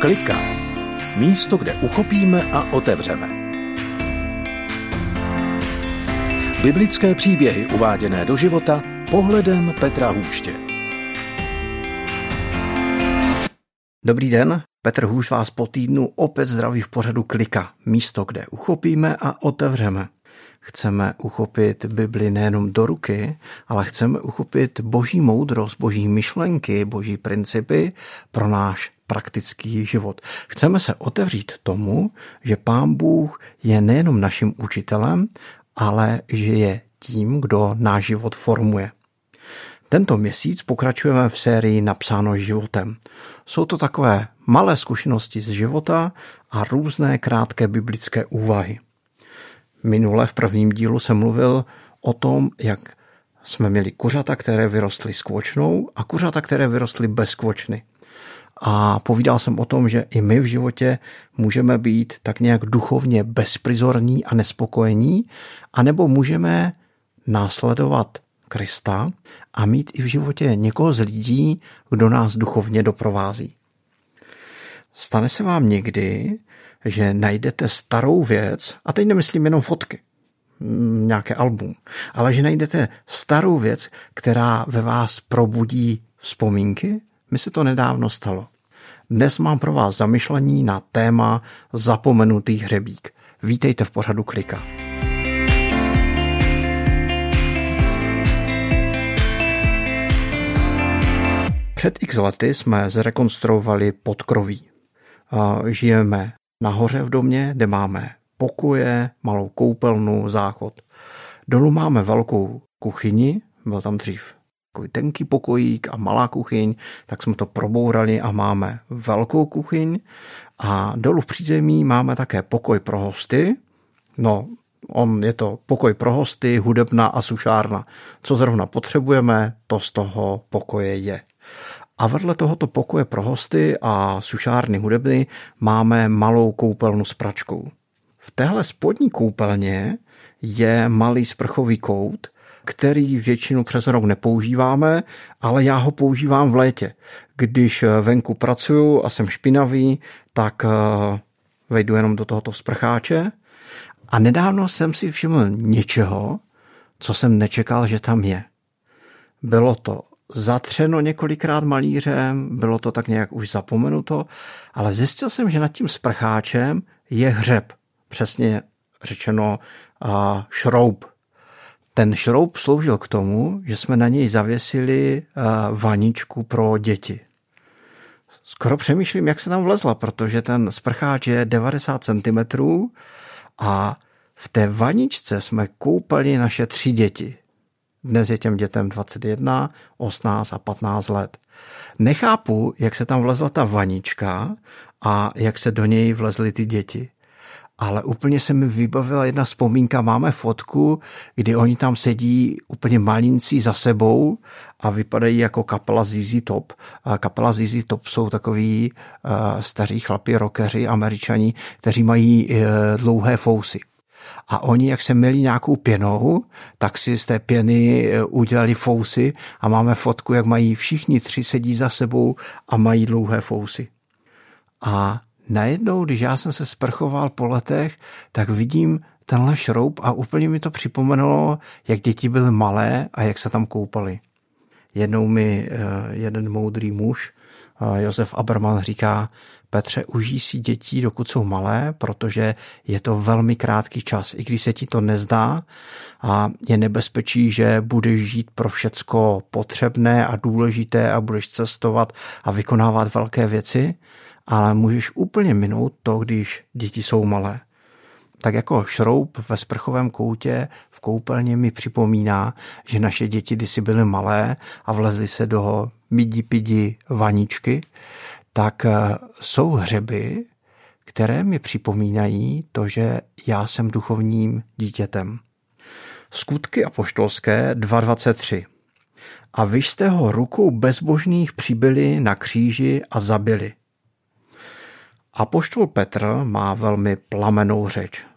Klika. Místo, kde uchopíme a otevřeme. Biblické příběhy uváděné do života pohledem Petra Hůště. Dobrý den, Petr Hůš vás po týdnu opět zdraví v pořadu Klika. Místo, kde uchopíme a otevřeme. Chceme uchopit Bibli nejenom do ruky, ale chceme uchopit boží moudrost, boží myšlenky, boží principy pro náš praktický život. Chceme se otevřít tomu, že Pán Bůh je nejenom naším učitelem, ale že je tím, kdo náš život formuje. Tento měsíc pokračujeme v sérii Napsáno životem. Jsou to takové malé zkušenosti z života a různé krátké biblické úvahy. Minule v prvním dílu jsem mluvil o tom, jak jsme měli kuřata, které vyrostly s kvočnou a kuřata, které vyrostly bez kvočny. A povídal jsem o tom, že i my v životě můžeme být tak nějak duchovně bezprizorní a nespokojení, anebo můžeme následovat Krista a mít i v životě někoho z lidí, kdo nás duchovně doprovází. Stane se vám někdy, že najdete starou věc, a teď nemyslím jenom fotky, nějaké album, ale že najdete starou věc, která ve vás probudí vzpomínky? Mně se to nedávno stalo. Dnes mám pro vás zamyšlení na téma zapomenutý hřebík. Vítejte v pořadu Klika. Před x lety jsme zrekonstruovali podkroví. Žijeme nahoře v domě, kde máme pokoje, malou koupelnu, záchod. Dolů máme velkou kuchyni, byl tam dřív takový tenký pokojík a malá kuchyň, tak jsme to probourali a máme velkou kuchyň. A dolů v přízemí máme také pokoj pro hosty. Je to pokoj pro hosty, hudebna a sušárna. Co zrovna potřebujeme, to z toho pokoje je. A vedle tohoto pokoje pro hosty a sušárny hudebny máme malou koupelnu s pračkou. V téhle spodní koupelně je malý sprchový kout, který většinu přes rok nepoužíváme, ale já ho používám v létě. Když venku pracuju a jsem špinavý, tak vejdu jenom do tohoto sprcháče. A nedávno jsem si všiml něčeho, co jsem nečekal, že tam je. Bylo to zatřeno několikrát malířem, bylo to tak nějak už zapomenuto, ale zjistil jsem, že nad tím sprcháčem je hřeb, přesně řečeno šroub. Ten šroub sloužil k tomu, že jsme na něj zavěsili vaničku pro děti. Skoro přemýšlím, jak se tam vlezla, protože ten sprcháč je 90 cm a v té vaničce jsme koupali naše 3 děti. Dnes je těm dětem 21, 18 a 15 let. Nechápu, jak se tam vlezla ta vanička a jak se do něj vlezly ty děti. Ale úplně se mi vybavila jedna vzpomínka. Máme fotku, kdy oni tam sedí úplně malincí za sebou a vypadají jako kapela ZZ Top. Kapela ZZ Top jsou takový staří chlapi, rockeři, Američani, kteří mají dlouhé fousy. A oni, jak se měli nějakou pěnou, tak si z té pěny udělali fousy a máme fotku, jak mají všichni 3 sedí za sebou a mají dlouhé fousy. A najednou, když já jsem se sprchoval po letech, tak vidím tenhle šroub a úplně mi to připomenulo, jak děti byly malé a jak se tam koupali. Jednou mi jeden moudrý muž, Josef Aberman, říká: Petře, užij si dětí, dokud jsou malé, protože je to velmi krátký čas. I když se ti to nezdá a je nebezpečí, že budeš žít pro všecko potřebné a důležité a budeš cestovat a vykonávat velké věci, ale můžeš úplně minout to, když děti jsou malé. Tak jako šroub ve sprchovém koutě v koupelně mi připomíná, že naše děti kdysi byly malé a vlezly se do midi-pidi vaničky, tak jsou hřeby, které mi připomínají to, že já jsem duchovním dítětem. Skutky apoštolské 2.23. A vy jste ho rukou bezbožných přibili na kříži a zabili. Apoštol Petr má velmi plamennou řeč.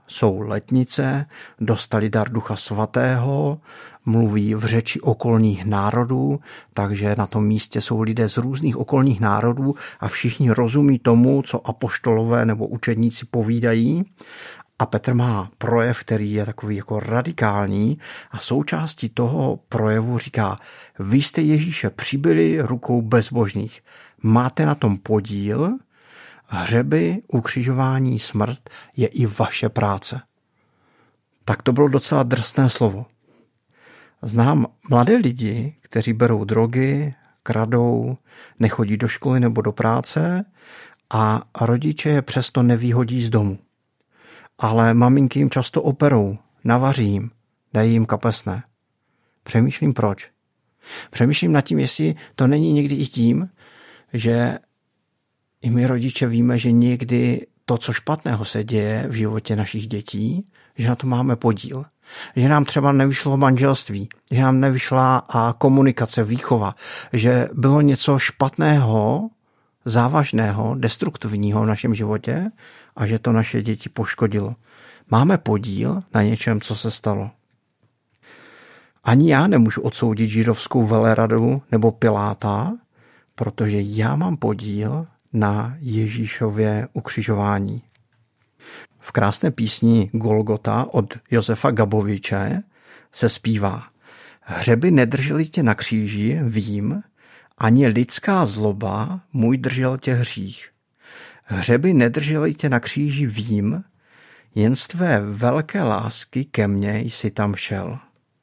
jsou letnice, dostali dar Ducha Svatého, mluví v řeči okolních národů, takže na tom místě jsou lidé z různých okolních národů a všichni rozumí tomu, co apoštolové nebo učedníci povídají. A Petr má projev, který je takový jako radikální a součástí toho projevu říká: vy jste Ježíše přibyli rukou bezbožných, máte na tom podíl, hřeby, ukřižování, smrt je i vaše práce. Tak to bylo docela drsné slovo. Znám mladé lidi, kteří berou drogy, kradou, nechodí do školy nebo do práce a rodiče je přesto nevyhodí z domu. Ale maminky jim často operou, navaří jim, dají jim kapesné. Přemýšlím proč. Přemýšlím nad tím, jestli to není někdy i tím, že i my rodiče víme, že někdy to, co špatného se děje v životě našich dětí, že na to máme podíl. Že nám třeba nevyšlo manželství, že nám nevyšla komunikace, výchova, že bylo něco špatného, závažného, destruktivního v našem životě a že to naše děti poškodilo. Máme podíl na něčem, co se stalo. Ani já nemůžu odsoudit židovskou veleradu nebo Piláta, protože já mám podíl na Ježíšově ukřižování. V krásné písni Golgota od Josefa Gaboviče se zpívá: hřeby nedrželi tě na kříži, vím, ani lidská zloba můj držel tě hřích. Hřeby nedrželi tě na kříži, vím, jen z tvé velké lásky ke mně jsi tam šel.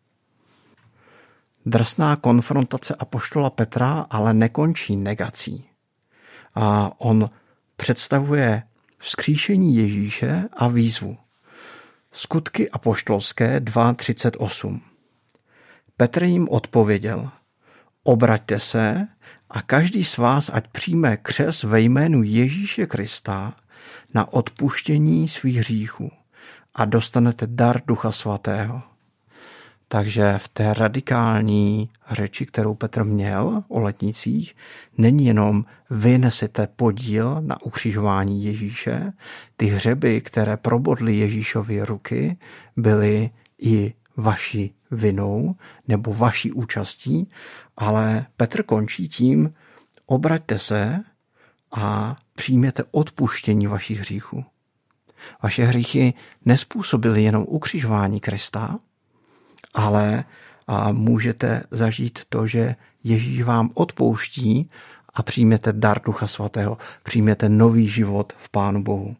Drsná konfrontace apoštola Petra ale nekončí negací. A on představuje vzkříšení Ježíše a výzvu. Skutky apoštolské 2.38. Petr jim odpověděl: obraťte se a každý z vás ať přijme křest ve jménu Ježíše Krista na odpuštění svých hříchů a dostanete dar Ducha Svatého. Takže v té radikální řeči, kterou Petr měl o letnicích, není jenom vy nesete podíl na ukřižování Ježíše, ty hřeby, které probodly Ježíšovy ruky, byly i vaší vinou nebo vaší účastí, ale Petr končí tím: obraťte se a přijměte odpuštění vašich hříchů. Vaše hříchy nezpůsobily jenom ukřižování Krista, ale můžete zažít to, že Ježíš vám odpouští a přijměte dar Ducha Svatého, přijměte nový život v Pánu Bohu.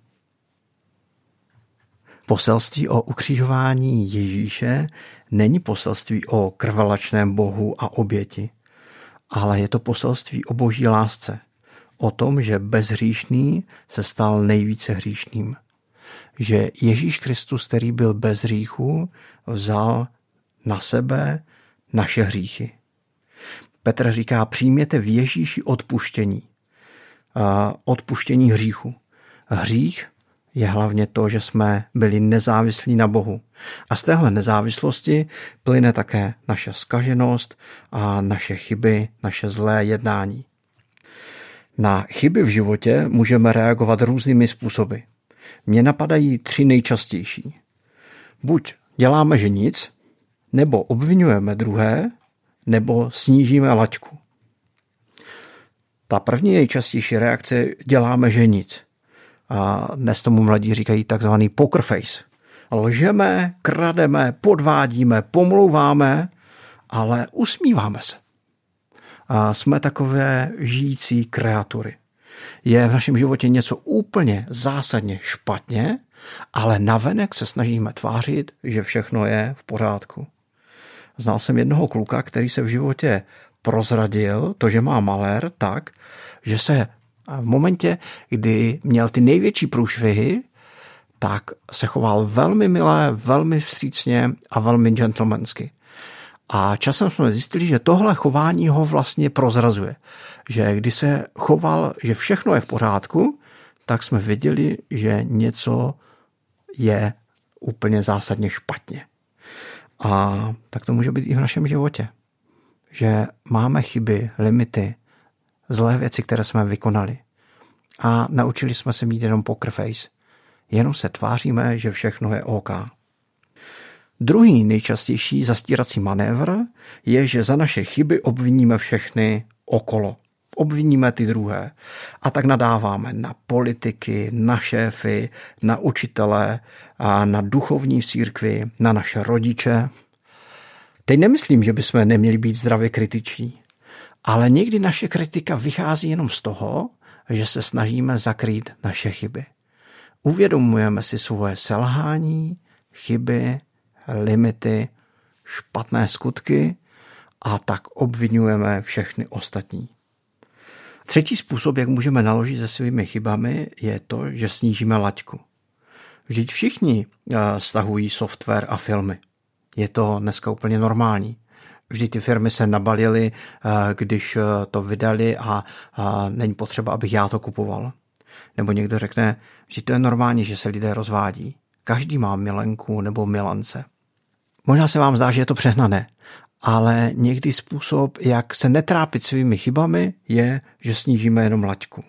Poselství o ukřižování Ježíše není poselství o krvelačném Bohu a oběti, ale je to poselství o Boží lásce, o tom, že bezhříšný se stal nejvíce hříšným. Že Ježíš Kristus, který byl bez hříchu, vzal na sebe naše hříchy. Petr říká: přijměte v Ježíši odpuštění. Odpuštění hříchu. Hřích je hlavně to, že jsme byli nezávislí na Bohu. A z téhle nezávislosti plyne také naše zkaženost a naše chyby, naše zlé jednání. Na chyby v životě můžeme reagovat různými způsoby. Mně napadají 3 nejčastější. Buď děláme, že nic, nebo obvinujeme druhé, nebo snížíme laťku. Ta první nejčastější reakce: děláme, že nic. A dnes tomu mladí říkají takzvaný poker face. Lžeme, krademe, podvádíme, pomlouváme, ale usmíváme se. A jsme takové žijící kreatury. Je v našem životě něco úplně zásadně špatně, ale navenek se snažíme tvářit, že všechno je v pořádku. Znal jsem jednoho kluka, který se v životě prozradil to, že má malér, tak, že se v momentě, kdy měl ty největší průšvihy, tak se choval velmi milé, velmi vstřícně a velmi gentlemansky. A časem jsme zjistili, že tohle chování ho vlastně prozrazuje. Že když se choval, že všechno je v pořádku, tak jsme viděli, že něco je úplně zásadně špatně. A tak to může být i v našem životě. Že máme chyby, limity, zlé věci, které jsme vykonali. A naučili jsme se mít jenom poker face. jenom se tváříme, že všechno je OK. Druhý nejčastější zastírací manévr je, že za naše chyby obviníme všechny okolo. Obviníme ty druhé. A tak nadáváme na politiky, na šéfy, na učitele, a na duchovní církvi, na naše rodiče. Teď nemyslím, že bychom neměli být zdravě kritiční, ale někdy naše kritika vychází jenom z toho, že se snažíme zakrýt naše chyby. Uvědomujeme si svoje selhání, chyby, limity, špatné skutky a tak obvinujeme všechny ostatní. Třetí způsob, jak můžeme naložit se svými chybami, je to, že snížíme laťku. Vždyť všichni stahují software a filmy. Je to dneska úplně normální. Vždyť ty firmy se nabalily, když to vydali a není potřeba, abych já to kupoval. Nebo někdo řekne, že to je normální, že se lidé rozvádí. Každý má milenku nebo milance. Možná se vám zdá, že je to přehnané, ale někdy způsob, jak se netrápit svými chybami, je, že snížíme jenom laťku.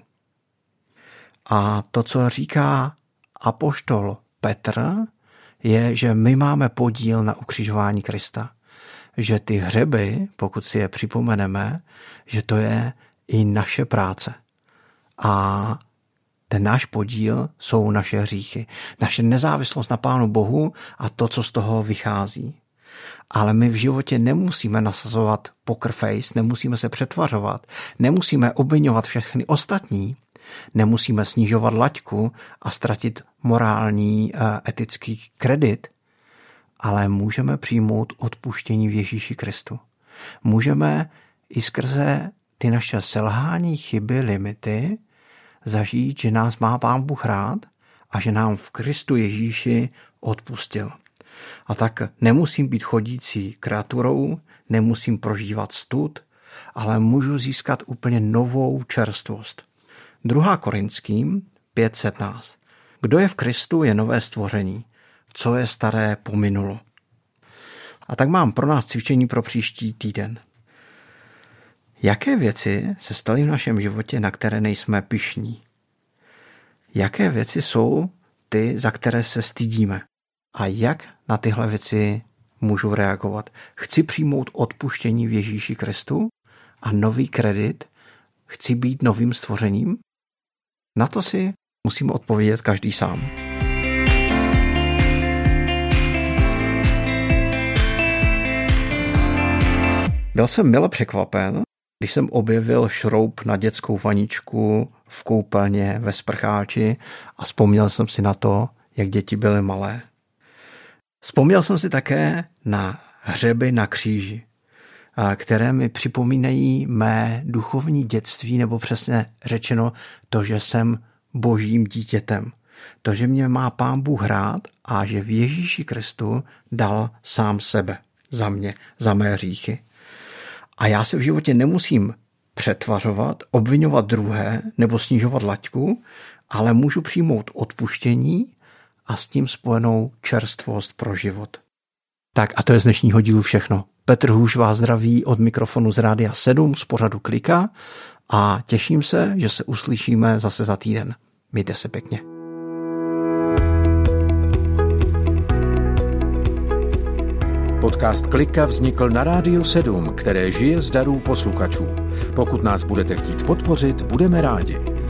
A to, co říká apoštol Petr, je, že my máme podíl na ukřižování Krista. Že ty hřeby, pokud si je připomeneme, že to je i naše práce. A ten náš podíl jsou naše hříchy. Naše nezávislost na Pánu Bohu a to, co z toho vychází. Ale my v životě nemusíme nasazovat poker face, nemusíme se přetvařovat, nemusíme obviňovat všechny ostatní, nemusíme snižovat laťku a ztratit morální, etický kredit, ale můžeme přijmout odpuštění v Ježíši Kristu. Můžeme i skrze ty naše selhání, chyby, limity zažít, že nás má Pán Bůh rád a že nám v Kristu Ježíši odpustil. A tak nemusím být chodící kreaturou, nemusím prožívat stud, ale můžu získat úplně novou čerstvost. 2. Korinským 5:17. Kdo je v Kristu, je nové stvoření. Co je staré, pominulo. A tak mám pro nás cvičení pro příští týden. Jaké věci se staly v našem životě, na které nejsme pyšní? Jaké věci jsou ty, za které se stydíme? A jak na tyhle věci můžu reagovat? Chci přijmout odpuštění v Ježíši Kristu a nový kredit? Chci být novým stvořením? Na to si musíme odpovědět každý sám. Byl jsem mile překvapen, když jsem objevil šroub na dětskou vaničku v koupelně ve sprcháči a vzpomněl jsem si na to, jak děti byly malé. Vzpomněl jsem si také na hřeby na kříži, které mi připomínají mé duchovní dětství, nebo přesně řečeno to, že jsem božím dítětem. To, že mě má Pán Bůh rád a že v Ježíši Kristu dal sám sebe za mě, za mé hříchy. A já se v životě nemusím přetvařovat, obvinovat druhé nebo snižovat laťku, ale můžu přijmout odpuštění a s tím spojenou čerstvost pro život. Tak a to je z dnešního dílu všechno. Petr Hůš vás zdraví od mikrofonu z Rádia 7 z pořadu Klika a těším se, že se uslyšíme zase za týden. Mějte se pěkně. Podcast Klika vznikl na Rádiu 7, které žije z darů posluchačů. Pokud nás budete chtít podpořit, budeme rádi.